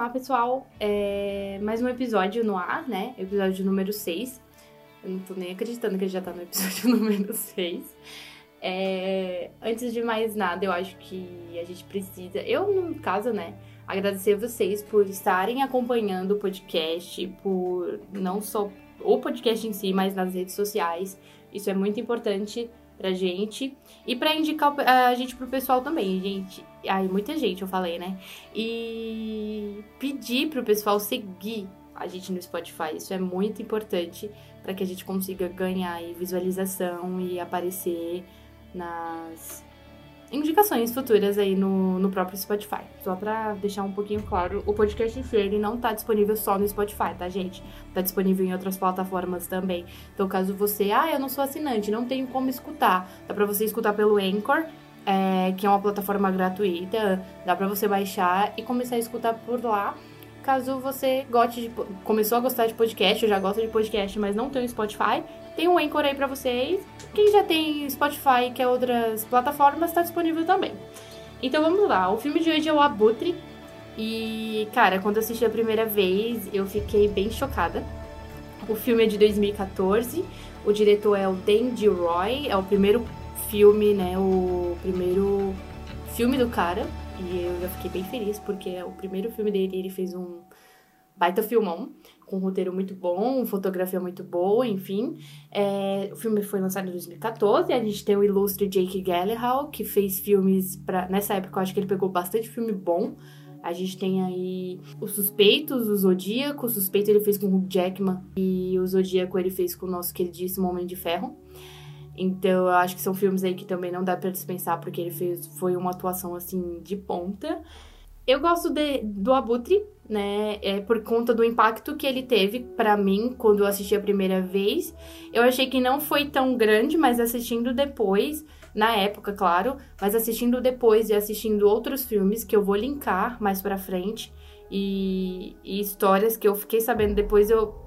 lá, pessoal. Mais um episódio no ar, né? Episódio número 6. Eu não tô nem acreditando que ele já tá no episódio número 6. Antes de mais nada, eu acho que a gente precisa... Eu, no caso, né? Agradecer vocês por estarem acompanhando o podcast, por não só o podcast em si, mas nas redes sociais. Isso é muito importante pra gente. E pra indicar a gente pro pessoal também, gente. Ai, muita gente, eu falei, né? E pedir pro pessoal seguir a gente no Spotify. Isso é muito importante para que a gente consiga ganhar aí visualização e aparecer nas indicações futuras aí no próprio Spotify. Só pra deixar um pouquinho claro, o podcast em si, ele não tá disponível só no Spotify, tá, gente? Tá disponível em outras plataformas também. Então, caso você... eu não sou assinante, não tenho como escutar. Dá pra você escutar pelo Anchor, que é uma plataforma gratuita. Dá pra você baixar e começar a escutar por lá. Caso você começou a gostar de podcast, ou já gosta de podcast, mas não tem o Spotify, tem um Anchor aí pra vocês. Quem já tem Spotify, que é outras plataformas, tá disponível também. Então vamos lá, o filme de hoje é O Abutre. E, cara, quando eu assisti a primeira vez, eu fiquei bem chocada. O filme é de 2014, o diretor é o Dan Gilroy, é o primeiro filme, né, o primeiro filme do cara. E eu já fiquei bem feliz, porque é o primeiro filme dele, ele fez um baita filmão, com um roteiro muito bom, fotografia muito boa, enfim. O filme foi lançado em 2014, a gente tem o ilustre Jake Gyllenhaal, que fez filmes, nessa época eu acho que ele pegou bastante filme bom. A gente tem aí Os Suspeitos, O Zodíaco. O Suspeito ele fez com o Hugh Jackman, e o Zodíaco ele fez com o nosso queridíssimo Homem de Ferro. Então, eu acho que são filmes aí que também não dá pra dispensar, porque ele foi uma atuação, assim, de ponta. Eu gosto do Abutre, né, por conta do impacto que ele teve pra mim quando eu assisti a primeira vez. Eu achei que não foi tão grande, mas assistindo depois, na época, claro, mas assistindo depois e assistindo outros filmes que eu vou linkar mais pra frente, e histórias que eu fiquei sabendo depois,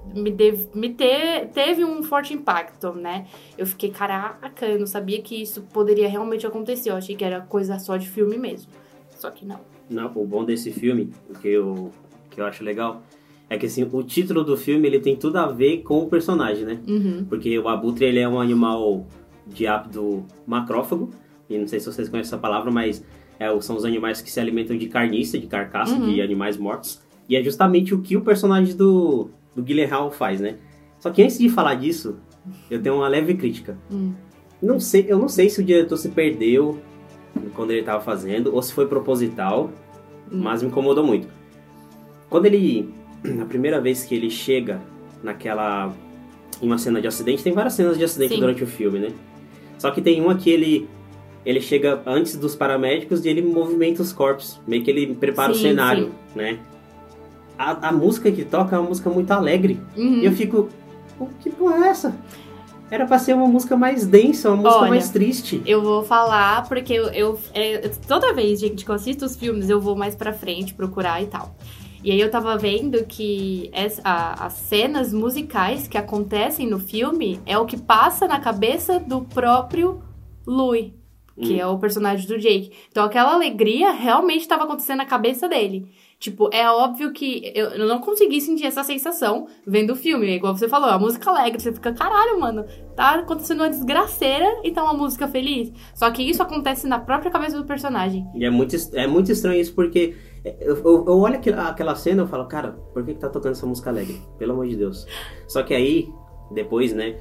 teve um forte impacto, né? Eu fiquei, caraca, eu não sabia que isso poderia realmente acontecer. Eu achei que era coisa só de filme mesmo. Só que não. Não, o bom desse filme, o que eu acho legal, é que assim, o título do filme, ele tem tudo a ver com o personagem, né? Uhum. Porque o abutre, ele é um animal de hábito macrófago, e não sei se vocês conhecem essa palavra, mas são os animais que se alimentam de carniça, de carcaça, de animais mortos. E é justamente o que o personagem do Gyllenhaal faz, né? Só que antes de falar disso, eu tenho uma leve crítica. Eu não sei se o diretor se perdeu quando ele estava fazendo, ou se foi proposital, mas me incomodou muito. Quando na primeira vez que ele chega em uma cena de acidente, tem várias cenas de acidente durante o filme, né? Só que tem uma que ele chega antes dos paramédicos e ele movimenta os corpos. Meio que ele prepara o cenário, né? A música que toca é uma música muito alegre. E eu fico... Que porra é essa? Era pra ser uma música mais densa, uma música mais triste. Eu vou falar, porque eu toda vez, gente, que eu assisto os filmes, eu vou mais pra frente procurar e tal. E aí eu tava vendo que as cenas musicais que acontecem no filme é o que passa na cabeça do próprio Louis, que é o personagem do Jake. Então aquela alegria realmente estava acontecendo na cabeça dele. Tipo, é óbvio que eu não consegui sentir essa sensação vendo o filme. Igual você falou, a música alegre, você fica, caralho, mano, tá acontecendo uma desgraceira e tá uma música feliz. Só que isso acontece na própria cabeça do personagem. E é muito estranho isso, porque eu olho aquela cena e eu falo, cara, por que tá tocando essa música alegre? Pelo amor de Deus. Só que aí, depois, né,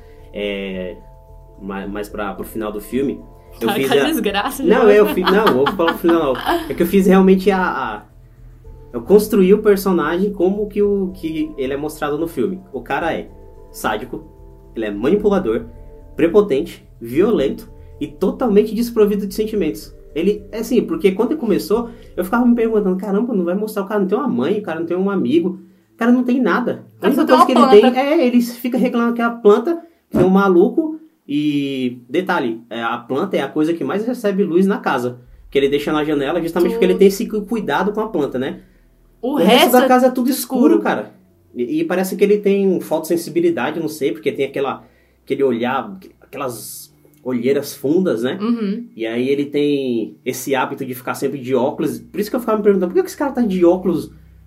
mais pro final do filme, eu fiz desgraça. Não, vou falar pro final. É que eu fiz realmente eu construí o personagem como que ele é mostrado no filme. O cara é sádico, ele é manipulador, prepotente, violento e totalmente desprovido de sentimentos. Ele, assim, porque quando ele começou, eu ficava me perguntando, caramba, não vai mostrar, o cara não tem uma mãe, o cara não tem um amigo, o cara não tem nada. A única coisa que ele tem ele fica reclamando que a planta é um maluco. E, detalhe, a planta é a coisa que mais recebe luz na casa, que ele deixa na janela justamente porque ele tem esse cuidado com a planta, né? O resto da casa é tudo escuro, cara. E parece que ele tem fotossensibilidade, não sei, porque tem aquele olhar, aquelas olheiras fundas, né? E aí ele tem esse hábito de ficar sempre de óculos. Por isso que eu ficava me perguntando, por que esse cara tá de óculos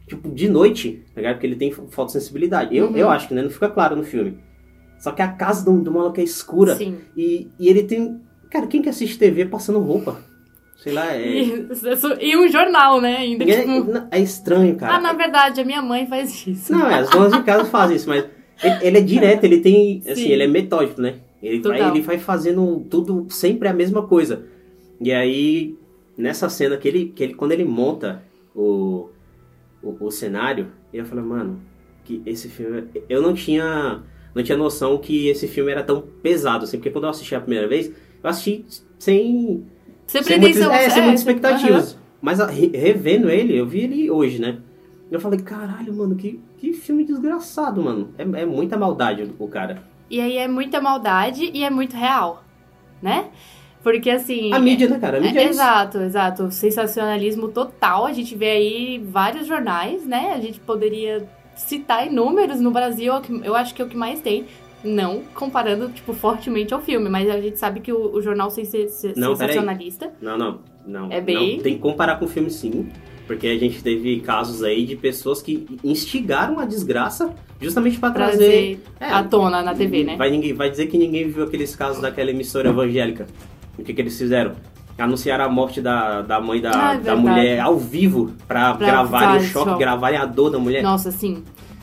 tipo, de noite, tá ligado? Porque ele tem fotossensibilidade. Eu acho que, né? Não fica claro no filme. Só que a casa do maluco é escura. Sim. E ele tem... Cara, quem que assiste TV passando roupa? Sei lá, E um jornal, né? Ainda, é estranho, cara. Na verdade, a minha mãe faz isso. Não, as donas de casa fazem isso, mas ele é direto, ele tem... Assim, ele é metódico, né? Ele vai fazendo tudo sempre a mesma coisa. E aí, nessa cena quando ele monta o cenário, eu falei, mano, que esse filme... Eu não tinha noção que esse filme era tão pesado, assim, porque quando eu assisti a primeira vez, eu assisti sem muitas expectativas. Uhum. Mas revendo ele, eu vi ele hoje, né? Eu falei, caralho, mano, que filme desgraçado, mano. É muita maldade o cara. E aí é muita maldade e é muito real, né? Porque assim... A mídia, né, cara? A mídia é isso. Exato. Sensacionalismo total. A gente vê aí vários jornais, né? A gente poderia citar inúmeros no Brasil. Eu acho que é o que mais tem. Não comparando, tipo, fortemente ao filme. Mas a gente sabe que o jornal sensacionalista... Não. É bem... Não, tem que comparar com o filme, sim. Porque a gente teve casos aí de pessoas que instigaram a desgraça justamente para trazer à tona na TV, né? Vai dizer que ninguém viu aqueles casos daquela emissora evangélica. O que eles fizeram? Anunciaram a morte da mãe da mulher ao vivo pra gravarem o choque, gravarem a dor da mulher. Nossa, sim.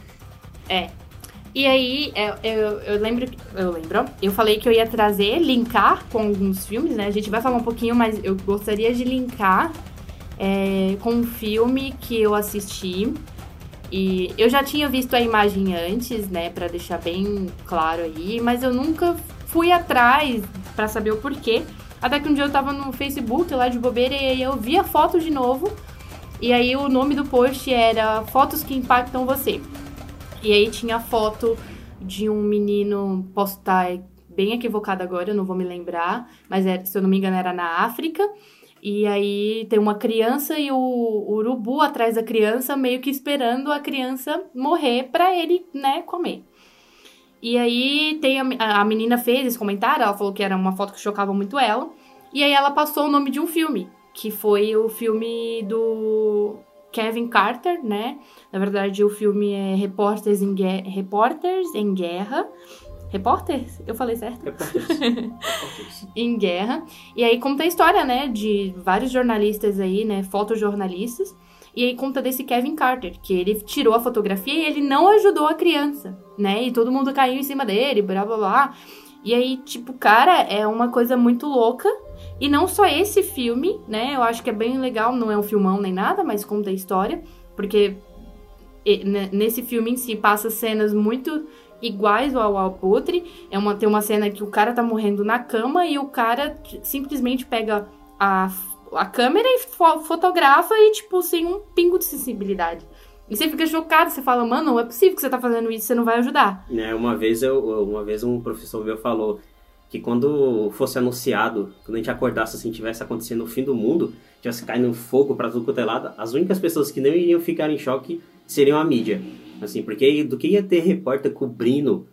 E aí, eu lembro, eu falei que eu ia linkar com alguns filmes, né? A gente vai falar um pouquinho, mas eu gostaria de linkar com um filme que eu assisti. E eu já tinha visto a imagem antes, né? Pra deixar bem claro aí, mas eu nunca fui atrás pra saber o porquê. Até que um dia eu tava no Facebook lá de bobeira e aí eu vi a foto de novo. E aí o nome do post era Fotos que Impactam Você. E aí tinha a foto de um menino, posso estar bem equivocada agora, eu não vou me lembrar, mas se eu não me engano era na África. E aí tem uma criança e o urubu atrás da criança, meio que esperando a criança morrer pra ele, né, comer. E aí a menina fez esse comentário, ela falou que era uma foto que chocava muito ela. E aí ela passou o nome de um filme, que foi o filme do Kevin Carter, né? Na verdade, o filme é Repórteres em Guerra. Repórteres? Eu falei certo? Repórteres. Em Guerra. E aí conta a história, né, de vários jornalistas aí, né, fotojornalistas. E aí conta desse Kevin Carter, que ele tirou a fotografia e ele não ajudou a criança, né? E todo mundo caiu em cima dele, blá, blá, blá. E aí, tipo, cara, é uma coisa muito louca. E não só esse filme, né? Eu acho que é bem legal, não é um filmão nem nada, mas conta a história. Porque nesse filme em si passa cenas muito iguais ao Abutre. Tem uma cena que o cara tá morrendo na cama e o cara simplesmente pega a câmera e fotografa e, tipo, sem um pingo de sensibilidade. E você fica chocado, você fala, mano, não é possível que você tá fazendo isso, você não vai ajudar. Uma vez um professor meu falou que quando fosse anunciado, quando a gente acordasse assim, tivesse acontecendo o fim do mundo, tivesse caindo fogo pra tudo quanto é lado, as únicas pessoas que não iriam ficar em choque seriam a mídia. Assim, porque do que ia ter repórter cobrindo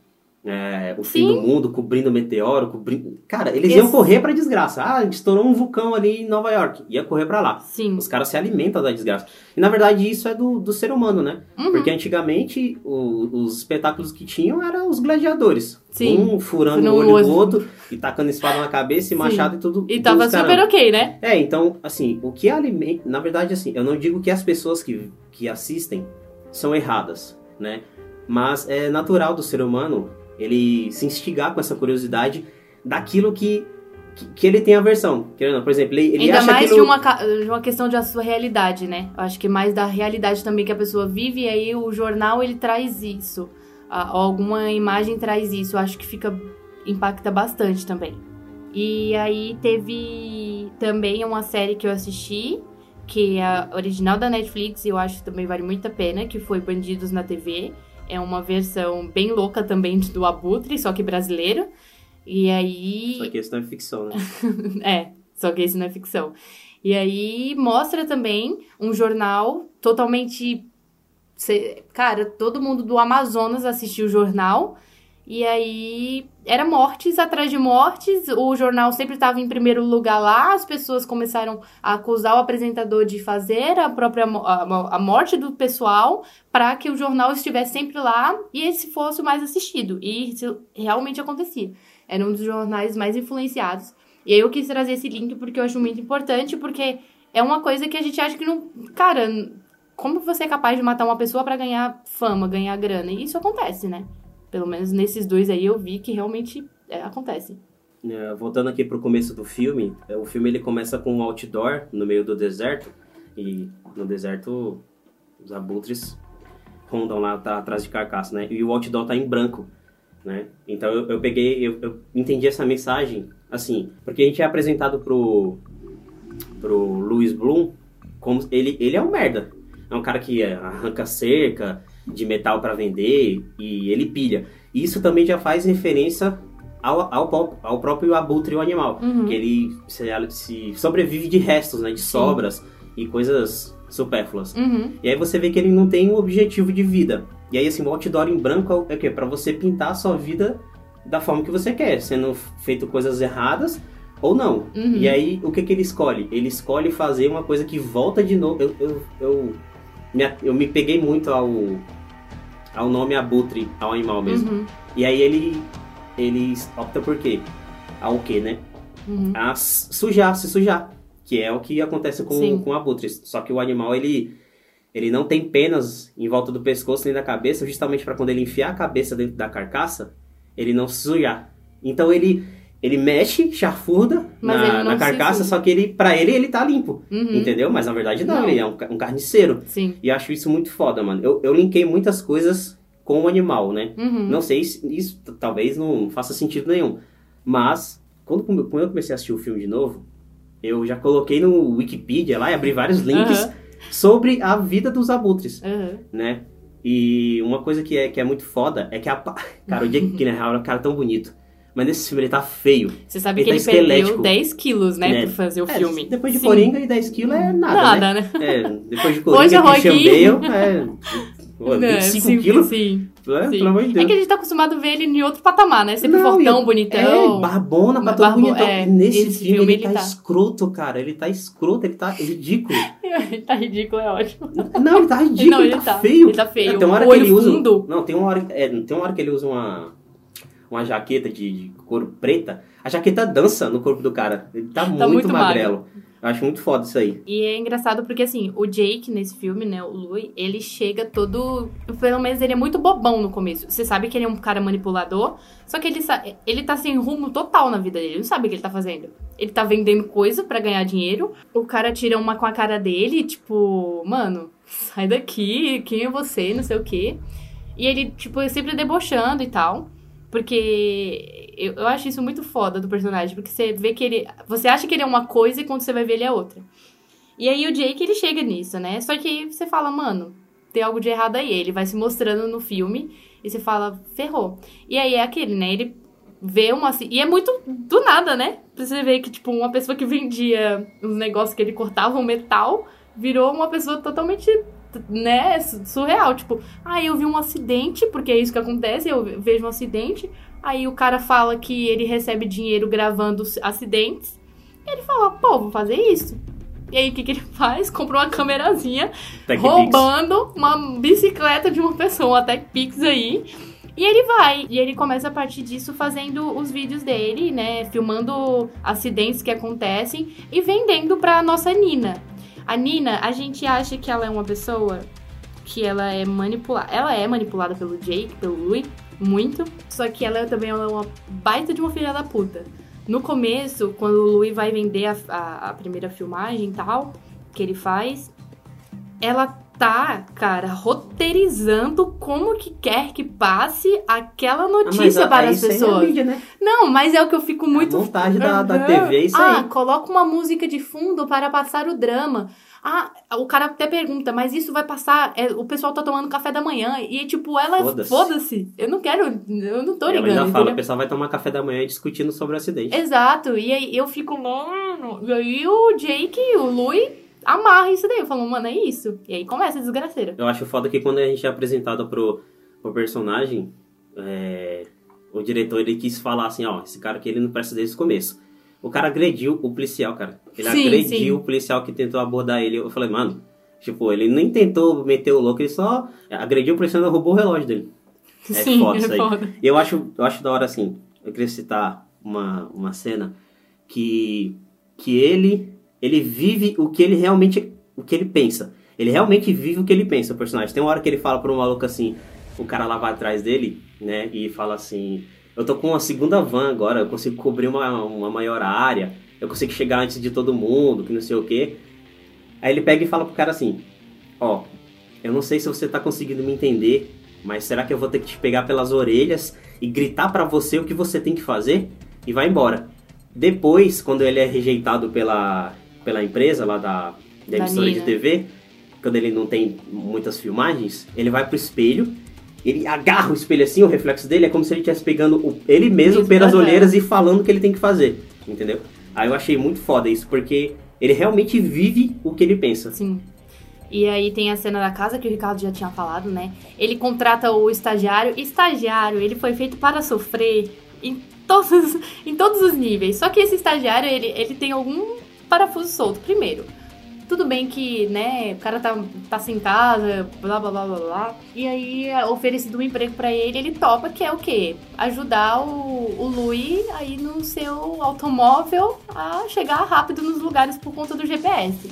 o fim do mundo, cobrindo meteoro, cobrindo... Cara, eles iam correr pra desgraça. Estourou um vulcão ali em Nova York. Ia correr pra lá. Sim. Os caras se alimentam da desgraça. E, na verdade, isso é do ser humano, né? Uhum. Porque, antigamente, os espetáculos que tinham eram os gladiadores. Sim. Um furando o olho do outro e tacando espada na cabeça e machado e tudo. E tava super ok, né? Então, assim, o que alimenta... Na verdade, assim, eu não digo que as pessoas que assistem são erradas, né? Mas é natural do ser humano ele se instigar com essa curiosidade daquilo que ele tem aversão. Por exemplo, ele ainda acha mais aquilo... de uma questão de sua realidade, né? Eu acho que mais da realidade também que a pessoa vive, e aí o jornal, ele traz isso. Alguma imagem traz isso. Eu acho que impacta bastante também. E aí teve também uma série que eu assisti, que é a original da Netflix, e eu acho que também vale muito a pena, que foi Bandidos na TV. É uma versão bem louca também do Abutre, só que brasileiro. E aí... Só que esse não é ficção, né? Só que esse não é ficção. E aí mostra também um jornal totalmente... Cara, todo mundo do Amazonas assistiu o jornal. E aí, era mortes atrás de mortes, o jornal sempre estava em primeiro lugar lá, as pessoas começaram a acusar o apresentador de fazer a própria a morte do pessoal para que o jornal estivesse sempre lá e esse fosse o mais assistido. E isso realmente acontecia. Era um dos jornais mais influenciados. E aí eu quis trazer esse link porque eu acho muito importante, porque é uma coisa que a gente acha que não... Cara, como você é capaz de matar uma pessoa para ganhar fama, ganhar grana? E isso acontece, né? Pelo menos nesses dois aí eu vi que realmente acontece. Voltando aqui pro começo do filme, o filme ele começa com um outdoor no meio do deserto, e no deserto os abutres rondam lá, tá atrás de carcaça, né? E o outdoor tá em branco, né? Então eu entendi essa mensagem, assim, porque a gente é apresentado pro Louis Bloom como ele é um merda. É um cara que arranca cerca de metal para vender e ele pilha. Isso também já faz referência ao próprio abutre, o animal. Que ele se sobrevive de restos, né? De sobras e coisas supérfluas. E aí você vê que ele não tem um objetivo de vida. E aí, assim, o outdoor em branco é o quê? Pra você pintar a sua vida da forma que você quer, sendo feito coisas erradas ou não. E aí, o que ele escolhe? Ele escolhe fazer uma coisa que volta de novo. Eu me peguei muito ao nome abutre, ao animal mesmo. E aí ele opta por quê? Ao quê, né? A se sujar. Que é o que acontece com abutres. Só que o animal, ele não tem penas em volta do pescoço nem da cabeça, justamente para quando ele enfiar a cabeça dentro da carcaça, ele não se sujar. Então ele mexe, chafurda na carcaça, só que pra ele tá limpo, entendeu? Mas na verdade não. Ele é um carniceiro. Sim. E eu acho isso muito foda, mano. Eu linkei muitas coisas com o animal, né? Não sei se isso talvez não faça sentido nenhum. Mas, quando eu comecei a assistir o filme de novo, eu já coloquei no Wikipedia lá e abri vários links sobre a vida dos abutres, né? E uma coisa que é muito foda é que cara, o Jake Gyllenhaal é um cara tão bonito. Mas nesse filme ele tá feio. Você sabe que ele perdeu 10 quilos, né? Pra fazer o filme. Depois de Coringa e 10 quilos é nada, né? Depois de Hoje Coringa e Christian Bale, 25 quilos. Sim. Pelo amor de Deus. É que a gente tá acostumado a ver ele em outro patamar, né? Sempre fortão, bonitão. Barbona, pra todo bonitão. Nesse filme ele tá tá escroto, cara. Ele tá escroto, ele tá ridículo. Ele tá ridículo, é ótimo. Não, ele tá ridículo, não, ele tá feio. Ele tá feio. Tem uma hora o que olho ele usa... fundo. Não, tem uma hora que ele usa uma jaqueta de couro preta. A jaqueta dança no corpo do cara. Ele tá muito magrelo. Eu acho muito foda isso aí. E é engraçado porque, assim, o Jake, nesse filme, né, o Louis, ele chega todo... Pelo menos ele é muito bobão no começo. Você sabe que ele é um cara manipulador, só que ele tá sem rumo total na vida dele. Ele não sabe o que ele tá fazendo. Ele tá vendendo coisa pra ganhar dinheiro. O cara tira uma com a cara dele, tipo... Mano, sai daqui, quem é você, não sei o quê. E ele, tipo, é sempre debochando e tal. Porque eu acho isso muito foda do personagem. Porque você vê que ele... Você acha que ele é uma coisa e quando você vai ver ele é outra. E aí o Jake, ele chega nisso, né? Só que aí você fala, mano, tem algo de errado aí. Ele vai se mostrando no filme e você fala, ferrou. E aí é aquele, né? Ele vê uma... E é muito do nada, né? Você vê que, tipo, uma pessoa que vendia uns negócios que ele cortava um metal virou uma pessoa totalmente... né, surreal, tipo, eu vi um acidente, porque é isso que acontece, eu vejo um acidente, aí o cara fala que ele recebe dinheiro gravando acidentes, e ele fala, pô, vou fazer isso. E aí, o que ele faz? Compra uma câmerazinha, roubando uma bicicleta de uma pessoa, uma Tech Pix aí, e ele vai. E ele começa a partir disso fazendo os vídeos dele, né, filmando acidentes que acontecem e vendendo pra nossa Nina. A Nina, a gente acha que ela é uma pessoa que ela é manipulada. Ela é manipulada pelo Jake, pelo Louis, muito. Só que ela também é uma baita de uma filha da puta. No começo, quando o Louis vai vender a primeira filmagem e tal, que ele faz, ela tá, cara, roteirizando como que quer que passe aquela notícia para as pessoas. É mídia, né? Não, mas é o que eu fico muito... A montagem da TV, é isso aí. Coloca uma música de fundo para passar o drama. O cara até pergunta, mas isso vai passar... o pessoal tá tomando café da manhã. E, tipo, ela... Foda-se. Eu não tô ligando. Ela ainda fala, o pessoal vai tomar café da manhã discutindo sobre o acidente. Exato. E aí eu fico, mano... E aí o Jake, o Louis... amarra isso daí, eu falo, mano, é isso. E aí começa a desgraceira. Eu acho foda que quando a gente é apresentado pro personagem, o diretor, ele quis falar assim, ó, esse cara aqui, ele não presta desde o começo. O cara agrediu o policial, cara. Ele agrediu o policial que tentou abordar ele. Eu falei, mano, tipo, ele nem tentou meter o louco, ele só agrediu o policial e roubou o relógio dele. É foda isso aí. E eu acho da hora, assim, eu queria citar uma cena que ele vive o que ele realmente, o que ele pensa. Ele realmente vive o que ele pensa, o personagem. Tem uma hora que ele fala pro maluco assim, o cara lá vai atrás dele, né, e fala assim, eu tô com uma segunda van agora, eu consigo cobrir uma maior área, eu consigo chegar antes de todo mundo, que não sei o quê. Aí ele pega e fala pro cara assim, ó, eu não sei se você tá conseguindo me entender, mas será que eu vou ter que te pegar pelas orelhas e gritar pra você o que você tem que fazer? E vai embora. Depois, quando ele é rejeitado pela empresa lá da emissora de TV, quando ele não tem muitas filmagens, ele vai pro espelho, ele agarra o espelho assim, o reflexo dele é como se ele estivesse pegando ele mesmo pelas olheiras e falando o que ele tem que fazer, entendeu? Aí eu achei muito foda isso, porque ele realmente vive o que ele pensa. Sim. E aí tem a cena da casa que o Ricardo já tinha falado, né? Ele contrata o estagiário. Estagiário, ele foi feito para sofrer em todos os níveis. Só que esse estagiário, ele tem algum parafuso solto. Primeiro, tudo bem que, né, o cara tá sem casa, blá, blá, blá, blá, blá. E aí, oferecido um emprego pra ele, ele topa, que é o quê? Ajudar o Louis aí no seu automóvel a chegar rápido nos lugares por conta do GPS.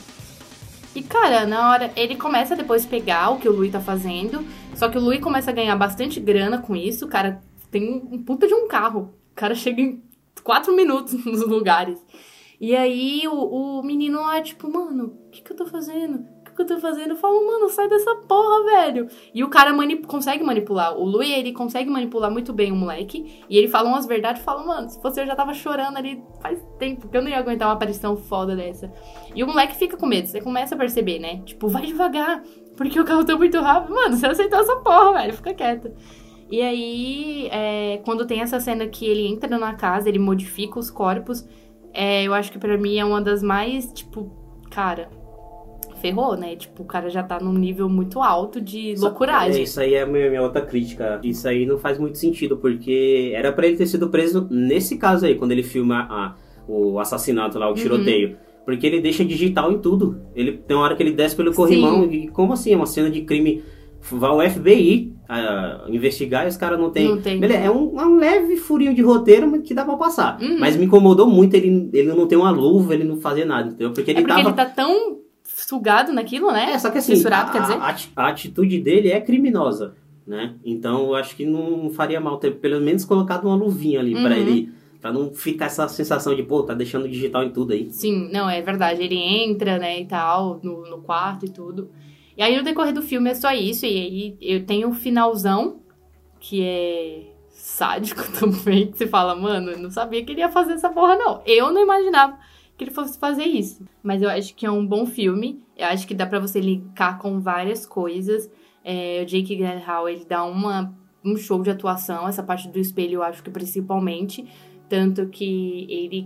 E, cara, na hora, ele começa depois a pegar o que o Louis tá fazendo, só que o Louis começa a ganhar bastante grana com isso, o cara tem um puta de um carro, o cara chega em 4 minutos nos lugares. E aí o menino lá, tipo, mano, o que eu tô fazendo? O que eu tô fazendo? Eu falo, mano, sai dessa porra, velho. E o cara consegue manipular. O Louis, ele consegue manipular muito bem o moleque. E ele fala umas verdades e fala, mano, se fosse eu já tava chorando ali faz tempo, porque eu não ia aguentar uma aparição foda dessa. E o moleque fica com medo, você começa a perceber, né? Tipo, vai devagar, porque o carro tá muito rápido. Mano, você aceitou essa porra, velho, fica quieto. E aí, quando tem essa cena que ele entra na casa, ele modifica os corpos... eu acho que pra mim é uma das mais, tipo, cara, ferrou, né? Tipo, o cara já tá num nível muito alto de loucuragem. Isso aí é a minha outra crítica. Isso aí não faz muito sentido, porque era pra ele ter sido preso nesse caso aí, quando ele filma o assassinato lá, o tiroteio. Porque ele deixa digital em tudo. Ele tem uma hora que ele desce pelo corrimão e como assim? É uma cena de crime... Vai o FBI investigar e os caras não tem. Beleza, é um leve furinho de roteiro que dá pra passar. Mas me incomodou muito ele não ter uma luva, ele não fazer nada, entendeu? Porque ele ele tá tão sugado naquilo, né? Só que assim, censurado, quer dizer? A atitude dele é criminosa, né? Então eu acho que não faria mal ter pelo menos colocado uma luvinha ali pra ele, pra não ficar essa sensação de, pô, tá deixando digital em tudo aí. Sim, não, é verdade. Ele entra, né, e tal, no quarto e tudo. E aí, no decorrer do filme, é só isso. E aí, eu tenho o finalzão, que é sádico também. Que você fala, mano, eu não sabia que ele ia fazer essa porra, não. Eu não imaginava que ele fosse fazer isso. Mas eu acho que é um bom filme. Eu acho que dá pra você linkar com várias coisas. O Jake Gyllenhaal, ele dá um show de atuação. Essa parte do espelho, eu acho que principalmente... Tanto que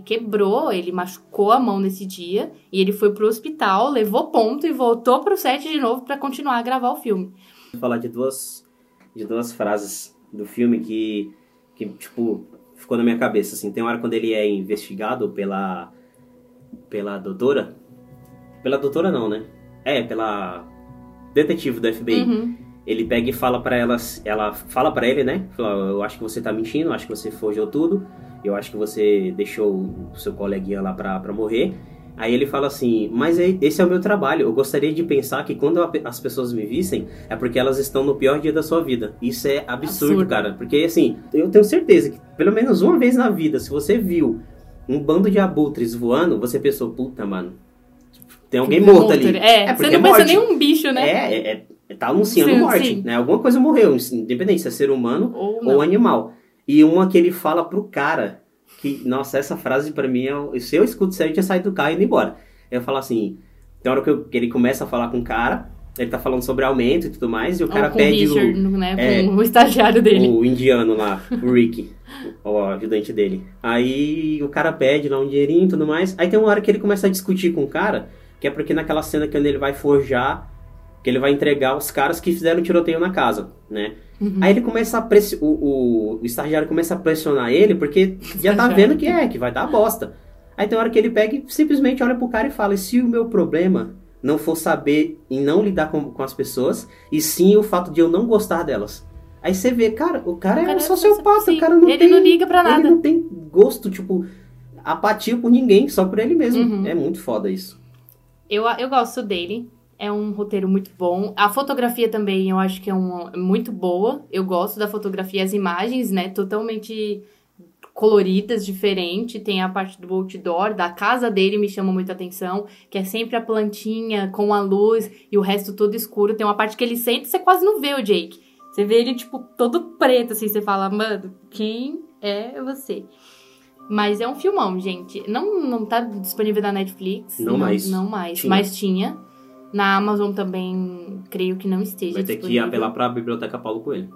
ele machucou a mão nesse dia. E ele foi pro hospital, levou ponto e voltou pro set de novo pra continuar a gravar o filme. Vou falar de duas frases do filme que, tipo, ficou na minha cabeça, assim. Tem uma hora quando ele é investigado pela doutora. Pela doutora não, né? Pela detetive do FBI. Ele pega e fala pra ela fala pra ele, né? Fala, eu acho que você tá mentindo, eu acho que você forjou tudo. Eu acho que você deixou o seu coleguinha lá pra morrer. Aí ele fala assim, mas esse é o meu trabalho. Eu gostaria de pensar que quando as pessoas me vissem, é porque elas estão no pior dia da sua vida. Isso é absurdo, cara. Porque, assim, eu tenho certeza que pelo menos uma vez na vida, se você viu um bando de abutres voando, você pensou, puta, mano, tem alguém morto ali. Você não pensa nem um bicho, né? Tá anunciando morte, né? Alguma coisa morreu, independente se é ser humano ou animal. E uma que ele fala pro cara, que, nossa, essa frase pra mim, se eu escuto isso aí, eu tinha saído do carro e ido embora. Eu falo assim, tem hora que ele começa a falar com o cara, ele tá falando sobre aumento e tudo mais, e o cara pede o Richard, né, com o estagiário dele. O indiano lá, o Rick, o ajudante dele. Aí o cara pede lá um dinheirinho e tudo mais, aí tem uma hora que ele começa a discutir com o cara, que é porque naquela cena que ele vai forjar que ele vai entregar os caras que fizeram o tiroteio na casa, né? Aí ele começa a o estagiário começa a pressionar ele, porque já tá vendo que vai dar bosta. Aí tem hora que ele pega e simplesmente olha pro cara e fala: e se o meu problema não for saber e não lidar com as pessoas, e sim o fato de eu não gostar delas. Aí você vê, cara, o cara é um sociopata, sim, o cara não ele não liga pra nada. Ele não tem gosto, tipo, apatia por ninguém, só por ele mesmo. É muito foda isso. Eu gosto dele. É um roteiro muito bom. A fotografia também, eu acho que é muito boa. Eu gosto da fotografia, as imagens, né? Totalmente coloridas, diferente. Tem a parte do outdoor, da casa dele me chama muita atenção, que é sempre a plantinha com a luz e o resto todo escuro. Tem uma parte que ele senta e você quase não vê o Jake. Você vê ele, tipo, todo preto, assim. Você fala, mano, quem é você? Mas é um filmão, gente. Não tá disponível na Netflix. Não mais. Não mais. Tinha. Mas tinha. Na Amazon também, creio que não esteja Vai ter disponível. que apelar pra Biblioteca Paulo Coelho.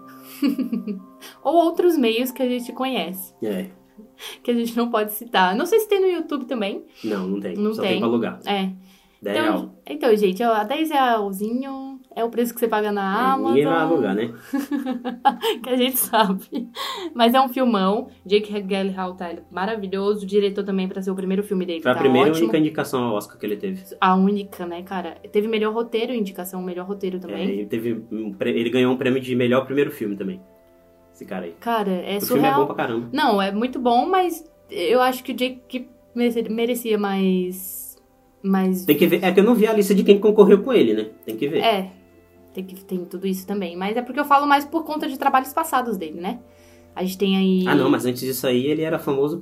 Ou outros meios que a gente conhece. Que a gente não pode citar. Não sei se tem no YouTube também. Não tem. Não Só tem. tem pra alugar. Então, gente, ó, 10 realzinho é o preço que você paga na Amazon. Ninguém vai alugar, né? Que a gente sabe. Mas é um filmão. Jake Gyllenhaal tá maravilhoso. O diretor também, pra ser o primeiro filme dele, Foi tá a primeira e ótimo. única indicação ao Oscar que ele teve. A única, né, cara? Teve melhor roteiro, indicação, melhor roteiro também. Ele ganhou um prêmio de melhor primeiro filme também. Esse cara aí. Cara, é o surreal. filme é bom pra caramba. Não, é muito bom, mas eu acho que o Jake merecia mais... Tem que ver. É que eu não vi a lista de quem concorreu com ele, né? Tem que ver. Tem tudo isso também. Mas é porque eu falo mais por conta de trabalhos passados dele, né? A gente tem aí... Ah, não, mas antes disso aí ele era famoso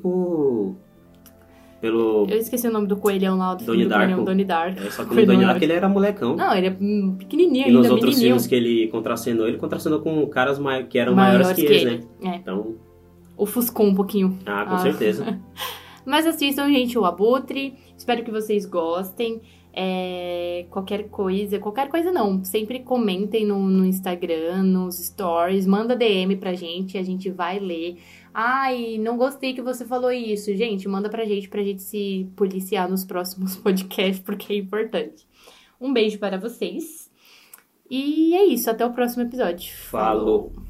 pelo... Eu esqueci o nome do coelhão lá do Donnie filme do coelhão, Darko. Donnie Darko. Só que no Donnie Darko ele era molecão. Não, ele é pequenininho E nos ainda, outros menininho. filmes que ele contracenou com caras que eram maiores que ele, né? Então... Ofuscou um pouquinho. Com certeza. Mas assistam, gente, o Abutre. Espero que vocês gostem. Qualquer coisa não. Sempre comentem no Instagram, nos stories. Manda DM pra gente, a gente vai ler. Ai, não gostei que você falou isso. Gente, manda pra gente se policiar nos próximos podcasts, porque é importante. Um beijo para vocês. E é isso, até o próximo episódio. Falou.